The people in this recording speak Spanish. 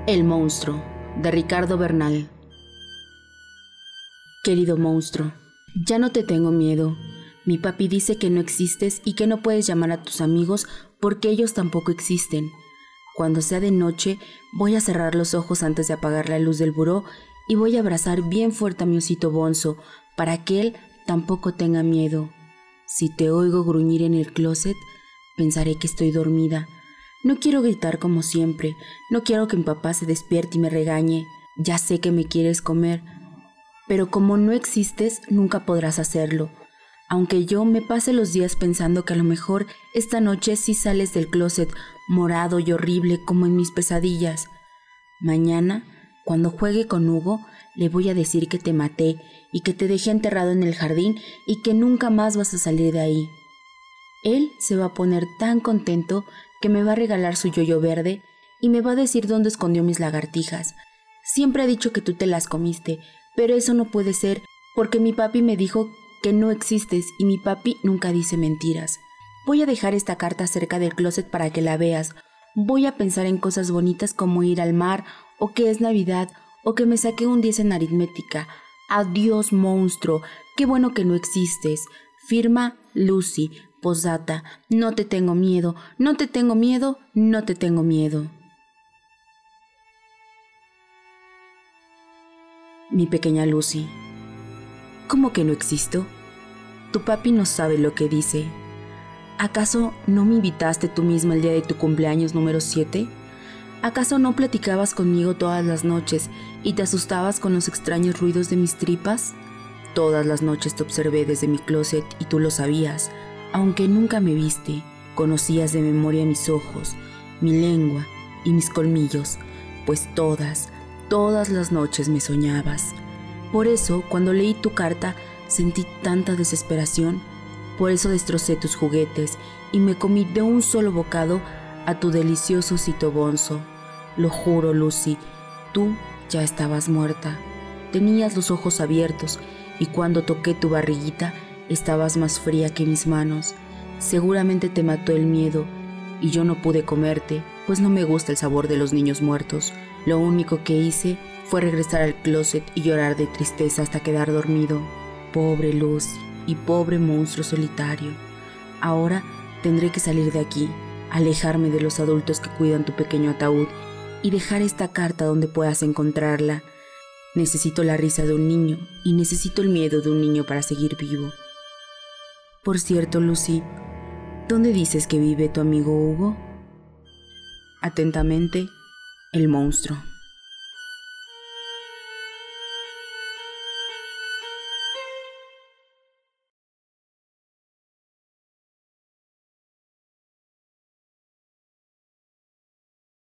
El monstruo, de Ricardo Bernal. Querido monstruo, ya no te tengo miedo. Mi papi dice que no existes y que no puedes llamar a tus amigos porque ellos tampoco existen. Cuando sea de noche, voy a cerrar los ojos antes de apagar la luz del buró y voy a abrazar bien fuerte a mi osito Bonzo para que él tampoco tenga miedo. Si te oigo gruñir en el closet, pensaré que estoy dormida. No quiero gritar como siempre, no quiero que mi papá se despierte y me regañe. Ya sé que me quieres comer, pero como no existes, nunca podrás hacerlo. Aunque yo me pase los días pensando que a lo mejor esta noche sí sales del closet morado y horrible como en mis pesadillas. Mañana, cuando juegue con Hugo, le voy a decir que te maté y que te dejé enterrado en el jardín y que nunca más vas a salir de ahí. Él se va a poner tan contento que me va a regalar su yoyo verde y me va a decir dónde escondió mis lagartijas. Siempre ha dicho que tú te las comiste, pero eso no puede ser porque mi papi me dijo que no existes y mi papi nunca dice mentiras. Voy a dejar esta carta cerca del closet para que la veas. Voy a pensar en cosas bonitas como ir al mar o que es Navidad o que me saqué un 10 en aritmética. Adiós, monstruo, qué bueno que no existes. Firma Lucy. Posdata, no te tengo miedo, no te tengo miedo, no te tengo miedo. Mi pequeña Lucy, ¿cómo que no existo? Tu papi no sabe lo que dice. ¿Acaso no me invitaste tú misma el día de tu cumpleaños número 7? ¿Acaso no platicabas conmigo todas las noches y te asustabas con los extraños ruidos de mis tripas? Todas las noches te observé desde mi closet y tú lo sabías. Aunque nunca me viste, conocías de memoria mis ojos, mi lengua y mis colmillos, pues todas las noches me soñabas. Por eso, cuando leí tu carta, sentí tanta desesperación. Por eso destrocé tus juguetes y me comí de un solo bocado a tu delicioso osito Bonzo. Lo juro, Lucy, tú ya estabas muerta. Tenías los ojos abiertos y cuando toqué tu barriguita, estabas más fría que mis manos. Seguramente te mató el miedo y yo no pude comerte, pues no me gusta el sabor de los niños muertos. Lo único que hice fue regresar al closet y llorar de tristeza hasta quedar dormido. Pobre Lucy y pobre monstruo solitario. Ahora tendré que salir de aquí, alejarme de los adultos que cuidan tu pequeño ataúd y dejar esta carta donde puedas encontrarla. Necesito la risa de un niño y necesito el miedo de un niño para seguir vivo. Por cierto, Lucy, ¿dónde dices que vive tu amigo Hugo? Atentamente, el monstruo.